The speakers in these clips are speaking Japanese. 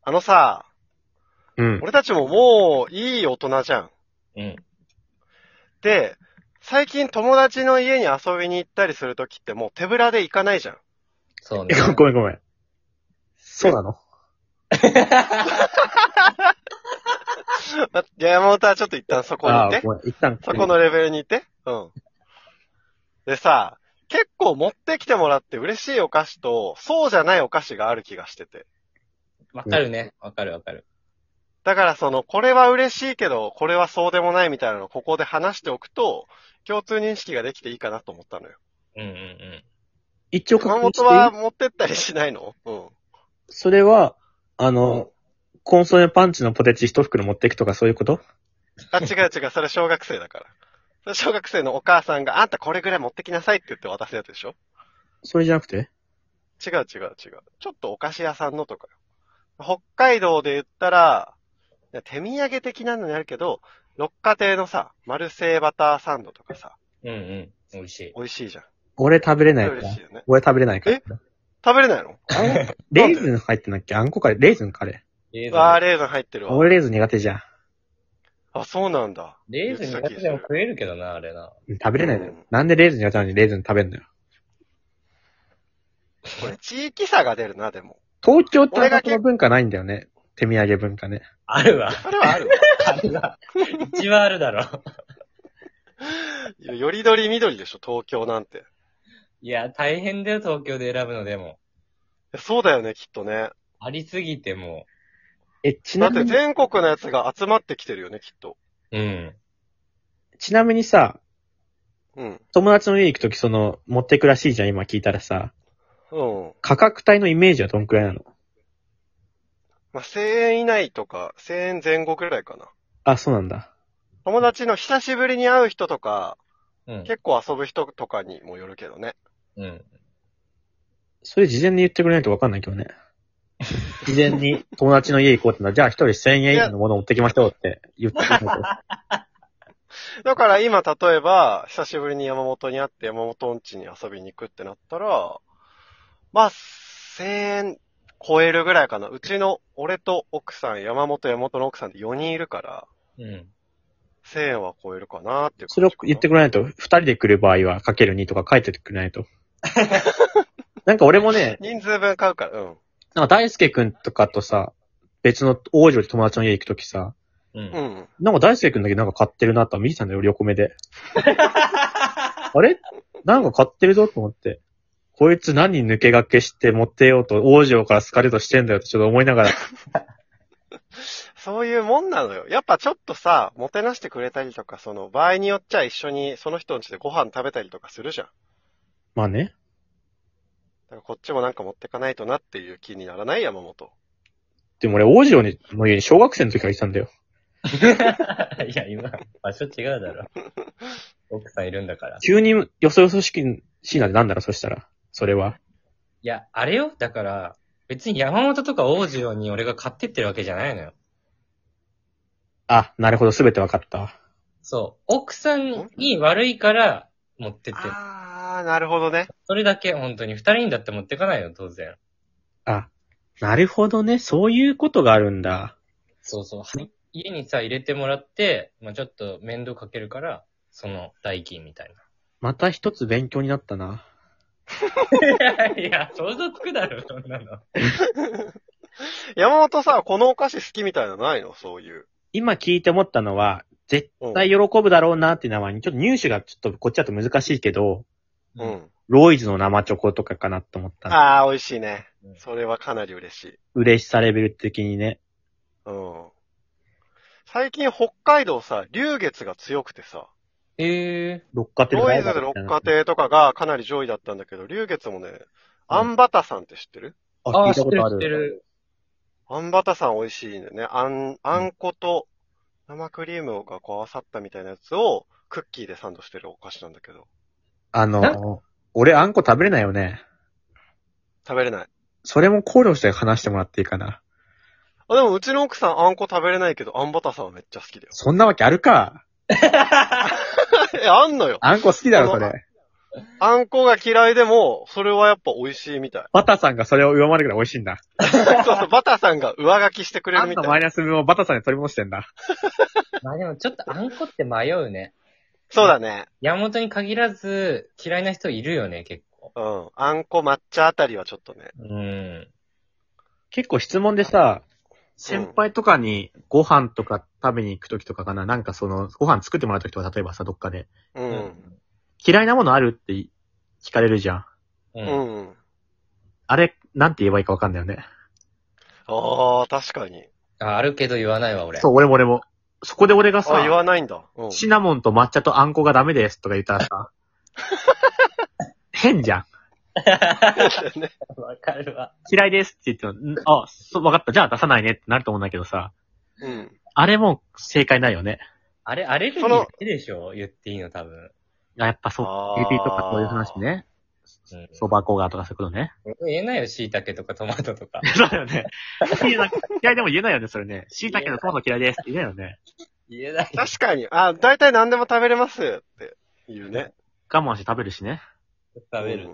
あのさ、 うん。 俺たちももういい大人じゃん。 うん。 で、最近友達の家に遊びに行ったりするときってもう手ぶらで行かないじゃん。 そうね。 ごめんごめん。そうなの？ 山本はちょっと一旦そこにいて。 ごめん。一旦。 そこのレベルにいて。うん。でさ、結構持ってきてもらって嬉しいお菓子と、そうじゃないお菓子がある気がしてて。 わかるね。わかるわかる。 だからこれは嬉しいけど、これはそうでもないみたいなのをここで話しておくと、共通認識ができていいかなと思ったのよ。 うんうんうん。 一応確山認していい？ 本は持ってったりしないの？うん。 それは、 うんコンソメパンチのポテチ一袋持っていくとかそういうこと？ あ、違う違う、それ小学生だから。それ小学生のお母さんがあんたこれぐらい持ってきなさいって言って渡すやつでしょ？ それじゃなくて？ 違う違う違う。ちょっとお菓子屋さんのとかよ。北海道で言ったら、手土産的なのにあるけど、六花亭のさ、マルセイバターサンドとかさ、 うんうん。美味しい。 美味しいじゃん。 俺食べれないから嬉しいよね。 俺食べれないから。 食べれないの？ レーズン入ってんだっけ？あんこカレー。レーズンカレレーズン。 わー、レーズン入ってるー。 わ。 俺レーズン苦手じゃん。 あ、そうなんだ。 レーズン苦手でも食えるけどな、あれな。 食べれないんだよ。 うんなんでレーズン苦手なのにレーズン食べんのよ。 これ地域差が出るな、でも。 東京ってあんまその文化ないんだよね。手土産文化ね。 あるわ。 それはあるわ。 あるわ。一番あるだろ。 いやよりどりみどりでしょ、東京なんて。 いや、大変だよ、東京で選ぶのでも。 いやそうだよね、きっとね。 ありすぎてもちだってなみに、 全国のやつが集まってきてるよね、きっと。 うん。 ちなみにさ、 うん。 友達の家行くとき持ってくらしいじゃん、今聞いたらさ。 うん。 価格帯のイメージはどんくらいなの？ まあ、1000円以内とか、1000円前後くらいかな。 あ、そうなんだ。 友達の久しぶりに会う人とか、 うん。 結構遊ぶ人とかにもよるけどね。 うん。 それ事前に言ってくれないとわかんないけどね。事前に友達の家行こうってのは、じゃあ一人1000円以内のものを持ってきましょうって言ってくれないと。 だから今、例えば、久しぶりに山本に会って山本ん家に遊びに行くってなったら、まあ、1000円超えるぐらいかな。うちの、俺と奥さん、山本の奥さんで4人いるから、 うん。 1000円は超えるかなっていう感じかな。 それを言ってくれないと、二人で来る場合はかける2とか書いてくれないと。なんか俺もね、 人数分買うから、うん。 なんか大輔くんとかとさ、別の王女で友達の家行くときさ、 う。 うんん。 なんか大輔くんだけなんか買ってるなとは見てたんだよ、横目で。あれなんか買ってるぞと思って。こいつ何抜け駆けして持ってようと、王女から好かれようとしてんだよってちょっと思いながら。 そういうもんなのよ。やっぱちょっとさ、もてなしてくれたりとか、場合によっちゃ一緒にその人の家でご飯食べたりとかするじゃん。 まあね。 だからこっちもなんか持ってかないとなっていう気にならない山本。 でも俺王女の家に小学生の時からいたんだよ。 いや、今、場所違うだろ。奥さんいるんだから。 急によそよそしいなってなんだろ、そしたら。それは。 いや、あれよ。だから、別に山本とか王子に俺が買ってってるわけじゃないのよ。 あ、なるほど、すべてわかったわ。 そう。奥さんに悪いから持ってってる。 あー、なるほどね。 それだけ、本当に。二人にだって持ってかないよ、当然。 あ、なるほどね。そういうことがあるんだ。 そうそう。家にさ、入れてもらって、まあちょっと面倒かけるから、その代金みたいまた一つ勉強になったな。 な。いや、想像つくだろ、そんなの。 山本さ、このお菓子好きみたいなのないの？そういう。 今聞いて思ったのは、絶対喜ぶだろうなっていう名前に、ちょっと入手がちょっとこっちだと難しいけど、 うん。 ロイズの生チョコとかかなと思った。 あー、美味しいね。それはかなり嬉しい。 嬉しさレベル的にね。 うん。最近北海道さ、龍月が強くてさ、 六花亭ロイズで六花亭とかがかなり上位だったんだけど、龍月もね、あんバタさんって知ってる？ あ、 ああ、 聞いたことあ知ってる。 る。 あんバタさん美味しいんだよね。あんこと生クリームがこう合わさったみたいなやつをクッキーでサンドしてるお菓子なんだけど。 俺あんこ食べれないよね。 食べれない。 それも考慮して話してもらっていいかな。 あ、でもうちの奥さんあんこ食べれないけど、あんバタさんはめっちゃ好きだよ。 そんなわけあるか。 あんのよ。 あんこ好きだろ、それ。 あんこが嫌いでも、それはやっぱ美味しいみたい。 バタさんがそれを上回るぐらい美味しいんだ。 そうそう、バターさんが上書きしてくれあんのマイるみたい。 ナス分をバタさんに取り戻してんだ。 まあでもちょっとあんこって迷うね。 そうだね。 山本に限らず嫌いな人いるよね、結構。 うん。あんこ抹茶あたりはちょっとね。 うん。 結構質問でさ、先輩とかにご飯とか食べに行くときとかかな、なんかその、ご飯作ってもらうときとか、例えばさ、どっかで、 うん。 嫌いなものあるって聞かれるじゃん。 う。 うんん。 あれ、なんて言えばいいかわかんないよね。 ああ、確かに。 あるけど言わないわ、俺。 そう、俺も。そこで俺があ、言さ、 わないんだ。うん。 シナモンと抹茶とあんこがダメですとか言ったらさ、変じゃん。 ねわかるわ。 嫌いですって言っても、あ、そう、わかった。じゃあ出さないねってなると思うんだけどさ、 うん。 あれも正解ないよね。 アレルギーだけでしょ言っていいの、多分。 やっぱそう、エビとかそういう話ね。 うん。 そば粉がとかそういうことね。 俺言えないよ、椎茸とかトマトとか。 そうだよね。嫌いでも言えないよね、それね。椎茸のトマト嫌いですって言えないよね。 言えない。 確かに。あ、だいたい何でも食べれますって言うね。 我慢して食べるしね。 食べるね。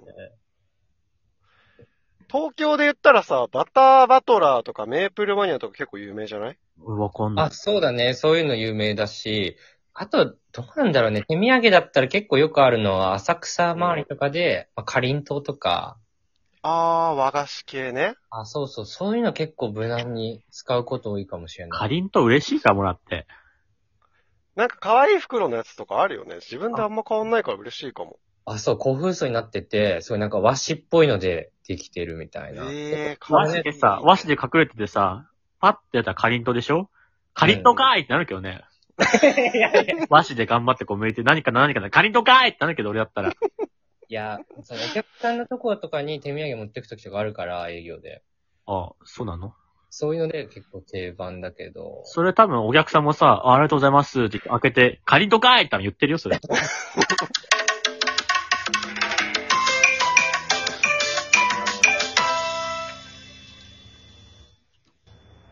東京で言ったらさ、バターバトラーとかメープルマニアとか結構有名じゃない？ わかんない。 あ、そうだね。そういうの有名だし、あと、どうなんだろうね。手土産だったら結構よくあるのは、浅草周りとかで、まあ、かりんとうとか、 あー、和菓子系ね。 あ、そうそう、そういうの結構無難に使うこと多いかもしれない。 かりんとう嬉しいからもらって。 なんか可愛い袋のやつとかあるよね。自分であんま変わんないから嬉しいかも。 あ、そう、古風層になってて、すごいなんか和紙っぽいのでできてるみたいな。 和紙でさ、和紙で隠れててさ、パッてやったらかりんとうでしょかりんとうかーいってなるけどね。 いやいや、 和紙で頑張ってこう向いて何かかりんとうかーいってなるけど俺だったら。 いや、そのお客さんのとことかに手土産持ってくときとかあるから、営業で。 あ、そうなの？ そういうので結構定番だけど。 それ多分お客さんもさ、ありがとうございますって開けて、かりんとうかーいって多分言ってるよ、それ。